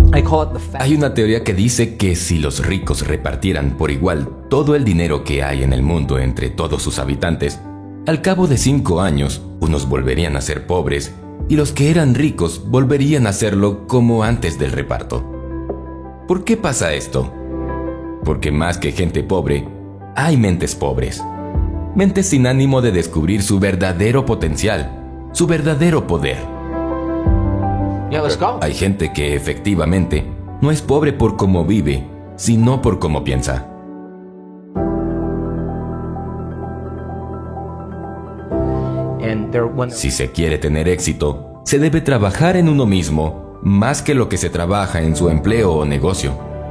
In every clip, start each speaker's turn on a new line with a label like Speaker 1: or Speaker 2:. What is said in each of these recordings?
Speaker 1: Hay una teoría que dice que si los ricos repartieran por igual todo el dinero que hay en el mundo entre todos sus habitantes, al cabo de 5 años, unos volverían a ser pobres y los que eran ricos volverían a serlo como antes del reparto. ¿Por qué pasa esto? Porque más que gente pobre, hay mentes pobres. Mentes sin ánimo de descubrir su verdadero potencial, su verdadero poder. Hay gente que efectivamente no es pobre por cómo vive, sino por cómo piensa. Si se quiere tener éxito, se debe trabajar en uno mismo más que lo que se trabaja en su empleo o negocio.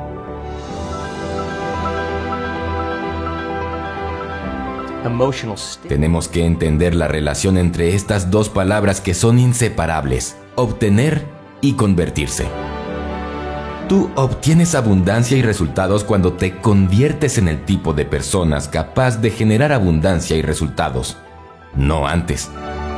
Speaker 1: Tenemos que entender la relación entre estas dos palabras que son inseparables: obtener y convertirse. Tú obtienes abundancia y resultados cuando te conviertes en el tipo de personas capaz de generar abundancia y resultados, no antes.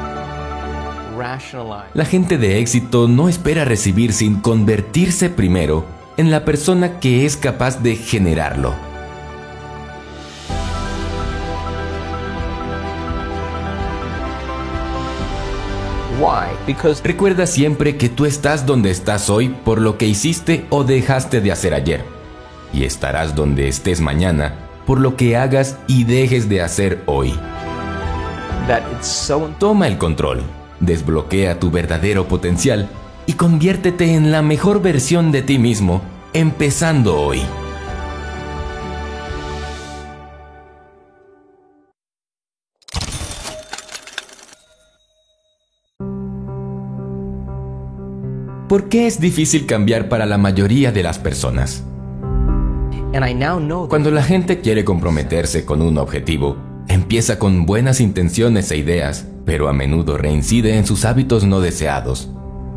Speaker 1: La gente de éxito no espera recibir sin convertirse primero en la persona que es capaz de generarlo. Recuerda siempre que tú estás donde estás hoy por lo que hiciste o dejaste de hacer ayer, y estarás donde estés mañana por lo que hagas y dejes de hacer hoy. Toma el control, desbloquea tu verdadero potencial y conviértete en la mejor versión de ti mismo, empezando hoy. ¿Por qué es difícil cambiar para la mayoría de las personas? Cuando la gente quiere comprometerse con un objetivo, empieza con buenas intenciones e ideas, pero a menudo reincide en sus hábitos no deseados.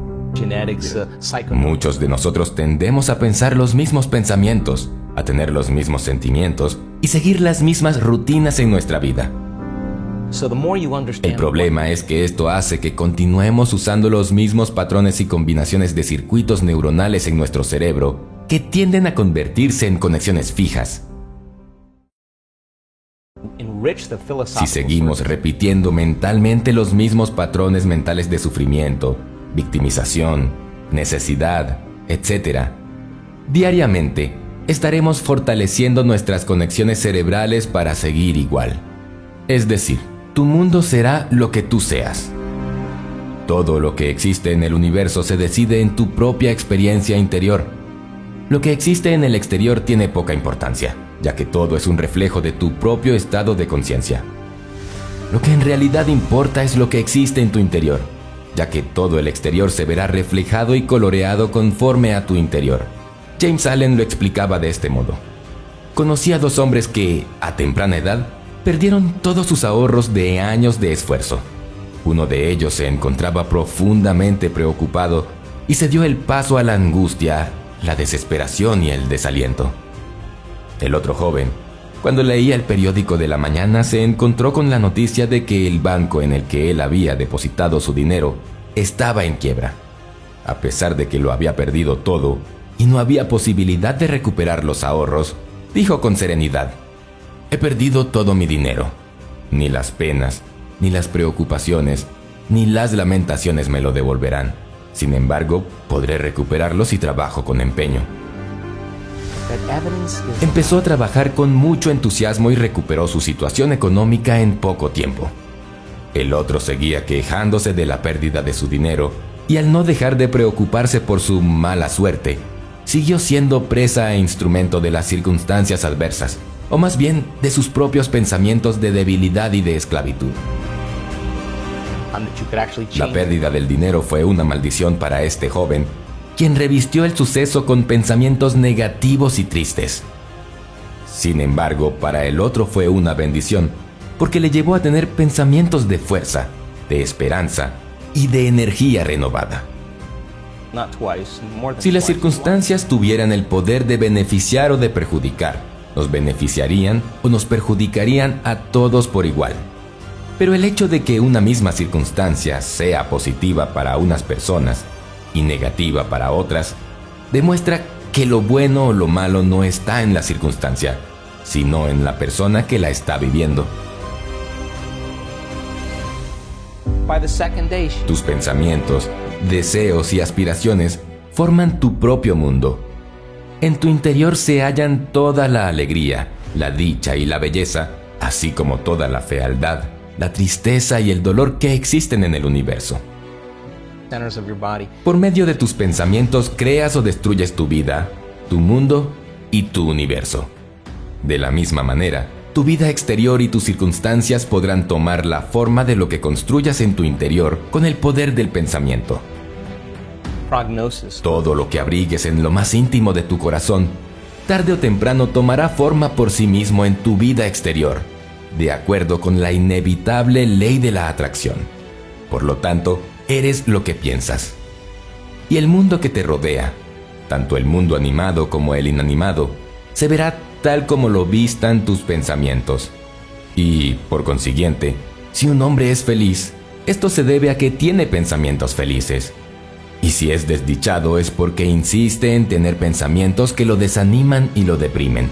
Speaker 1: Muchos de nosotros tendemos a pensar los mismos pensamientos, a tener los mismos sentimientos y seguir las mismas rutinas en nuestra vida. El problema es que esto hace que continuemos usando los mismos patrones y combinaciones de circuitos neuronales en nuestro cerebro que tienden a convertirse en conexiones fijas. Si seguimos repitiendo mentalmente los mismos patrones mentales de sufrimiento, victimización, necesidad, etc., diariamente estaremos fortaleciendo nuestras conexiones cerebrales para seguir igual. Es decir, tu mundo será lo que tú seas. Todo lo que existe en el universo se decide en tu propia experiencia interior. Lo que existe en el exterior tiene poca importancia, ya que todo es un reflejo de tu propio estado de conciencia. Lo que en realidad importa es lo que existe en tu interior, ya que todo el exterior se verá reflejado y coloreado conforme a tu interior. James Allen lo explicaba de este modo. Conocí a 2 hombres que, a temprana edad, perdieron todos sus ahorros de años de esfuerzo. Uno de ellos se encontraba profundamente preocupado y se dio el paso a la angustia, la desesperación y el desaliento. El otro joven, cuando leía el periódico de la mañana, se encontró con la noticia de que el banco en el que él había depositado su dinero estaba en quiebra. A pesar de que lo había perdido todo y no había posibilidad de recuperar los ahorros, dijo con serenidad: he perdido todo mi dinero. Ni las penas, ni las preocupaciones, ni las lamentaciones me lo devolverán. Sin embargo, podré recuperarlo si trabajo con empeño. Empezó a trabajar con mucho entusiasmo y recuperó su situación económica en poco tiempo. El otro seguía quejándose de la pérdida de su dinero y, al no dejar de preocuparse por su mala suerte, siguió siendo presa e instrumento de las circunstancias adversas, o más bien de sus propios pensamientos de debilidad y de esclavitud. La pérdida del dinero fue una maldición para este joven, quien revistió el suceso con pensamientos negativos y tristes. Sin embargo, para el otro fue una bendición, porque le llevó a tener pensamientos de fuerza, de esperanza y de energía renovada. Si las circunstancias tuvieran el poder de beneficiar o de perjudicar, nos beneficiarían o nos perjudicarían a todos por igual. Pero el hecho de que una misma circunstancia sea positiva para unas personas y negativa para otras, demuestra que lo bueno o lo malo no está en la circunstancia, sino en la persona que la está viviendo. Tus pensamientos, deseos y aspiraciones forman tu propio mundo. En tu interior se hallan toda la alegría, la dicha y la belleza, así como toda la fealdad, la tristeza y el dolor que existen en el universo. Por medio de tus pensamientos creas o destruyes tu vida, tu mundo y tu universo. De la misma manera, tu vida exterior y tus circunstancias podrán tomar la forma de lo que construyas en tu interior con el poder del pensamiento. Todo lo que abrigues en lo más íntimo de tu corazón, tarde o temprano tomará forma por sí mismo en tu vida exterior, de acuerdo con la inevitable ley de la atracción. Por lo tanto, eres lo que piensas. Y el mundo que te rodea, tanto el mundo animado como el inanimado, se verá tal como lo vistan tus pensamientos. Y, por consiguiente, si un hombre es feliz, esto se debe a que tiene pensamientos felices. Y si es desdichado es porque insiste en tener pensamientos que lo desaniman y lo deprimen.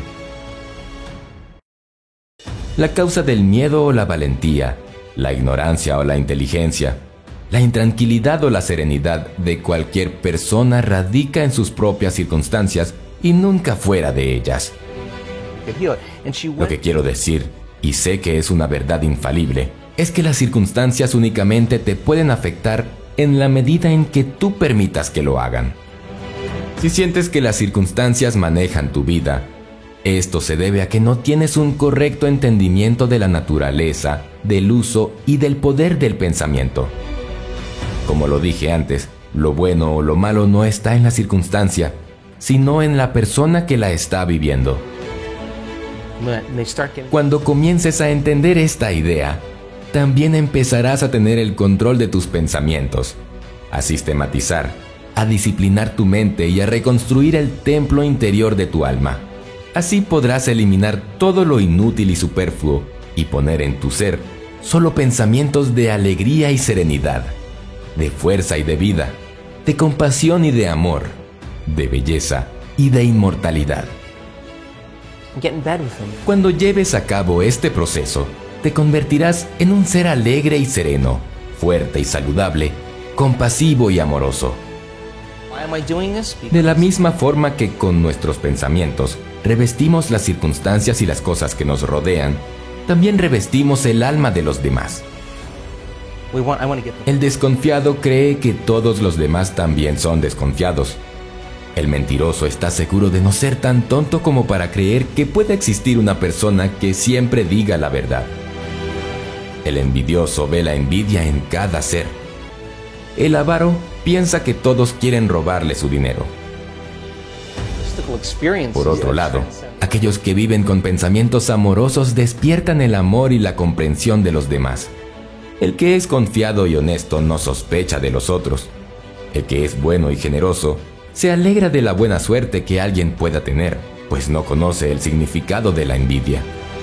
Speaker 1: La causa del miedo o la valentía, la ignorancia o la inteligencia, la intranquilidad o la serenidad de cualquier persona radica en sus propias circunstancias y nunca fuera de ellas. Lo que quiero decir, y sé que es una verdad infalible, es que las circunstancias únicamente te pueden afectar en la medida en que tú permitas que lo hagan. Si sientes que las circunstancias manejan tu vida, esto se debe a que no tienes un correcto entendimiento de la naturaleza, del uso y del poder del pensamiento. Como lo dije antes, lo bueno o lo malo no está en la circunstancia, sino en la persona que la está viviendo. Cuando comiences a entender esta idea, también empezarás a tener el control de tus pensamientos, a sistematizar, a disciplinar tu mente y a reconstruir el templo interior de tu alma. Así podrás eliminar todo lo inútil y superfluo y poner en tu ser solo pensamientos de alegría y serenidad, de fuerza y de vida, de compasión y de amor, de belleza y de inmortalidad. Cuando lleves a cabo este proceso, te convertirás en un ser alegre y sereno, fuerte y saludable, compasivo y amoroso. De la misma forma que con nuestros pensamientos revestimos las circunstancias y las cosas que nos rodean, también revestimos el alma de los demás. El desconfiado cree que todos los demás también son desconfiados. El mentiroso está seguro de no ser tan tonto como para creer que pueda existir una persona que siempre diga la verdad. El envidioso ve la envidia en cada ser. El avaro piensa que todos quieren robarle su dinero. Por otro lado, aquellos que viven con pensamientos amorosos despiertan el amor y la comprensión de los demás. El que es confiado y honesto no sospecha de los otros. El que es bueno y generoso se alegra de la buena suerte que alguien pueda tener, pues no conoce el significado de la envidia.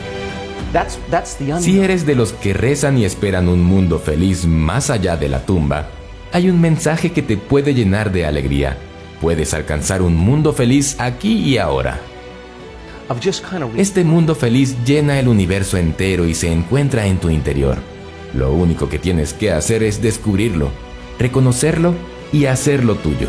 Speaker 1: Si eres de los que rezan y esperan un mundo feliz más allá de la tumba, hay un mensaje que te puede llenar de alegría. Puedes alcanzar un mundo feliz aquí y ahora. Este mundo feliz llena el universo entero y se encuentra en tu interior. Lo único que tienes que hacer es descubrirlo, reconocerlo y hacerlo tuyo.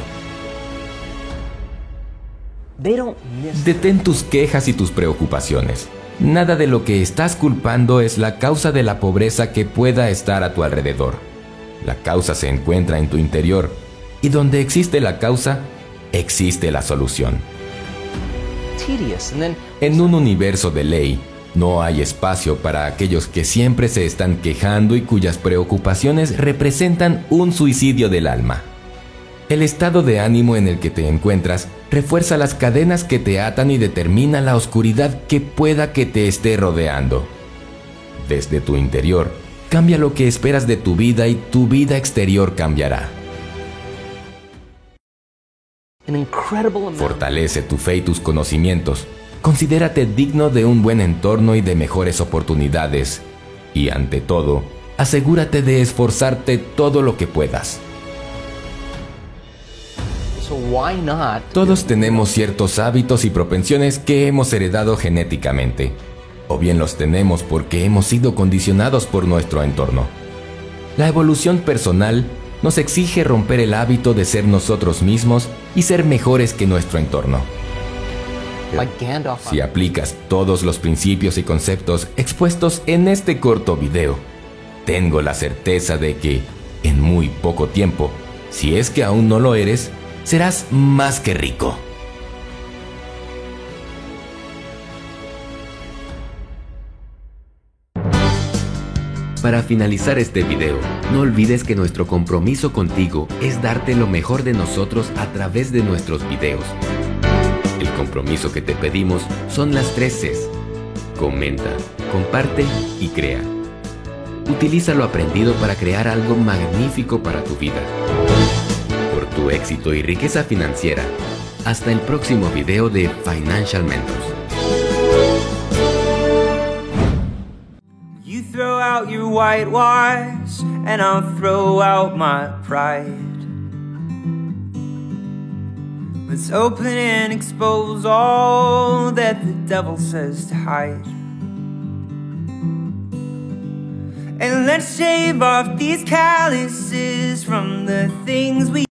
Speaker 1: Detén tus quejas y tus preocupaciones. Nada de lo que estás culpando es la causa de la pobreza que pueda estar a tu alrededor. La causa se encuentra en tu interior, y donde existe la causa, existe la solución. En un universo de ley, no hay espacio para aquellos que siempre se están quejando y cuyas preocupaciones representan un suicidio del alma. El estado de ánimo en el que te encuentras refuerza las cadenas que te atan y determina la oscuridad que pueda que te esté rodeando. Desde tu interior, cambia lo que esperas de tu vida y tu vida exterior cambiará. Fortalece tu fe y tus conocimientos. Considérate digno de un buen entorno y de mejores oportunidades. Y ante todo, asegúrate de esforzarte todo lo que puedas. Todos tenemos ciertos hábitos y propensiones que hemos heredado genéticamente, o bien los tenemos porque hemos sido condicionados por nuestro entorno. La evolución personal nos exige romper el hábito de ser nosotros mismos y ser mejores que nuestro entorno. Si aplicas todos los principios y conceptos expuestos en este corto video, tengo la certeza de que, en muy poco tiempo, si es que aún no lo eres, serás más que rico. Para finalizar este video, no olvides que nuestro compromiso contigo es darte lo mejor de nosotros a través de nuestros videos. El compromiso que te pedimos son las 3 Cs: comenta, comparte y crea. Utiliza lo aprendido para crear algo magnífico para tu vida. Por tu éxito y riqueza financiera. Hasta el próximo video de Financial Mentors.
Speaker 2: You throw out your whitewash and I'll throw out my pride. Let's open and expose all that the devil says to hide. And let's shave off these calluses from the things we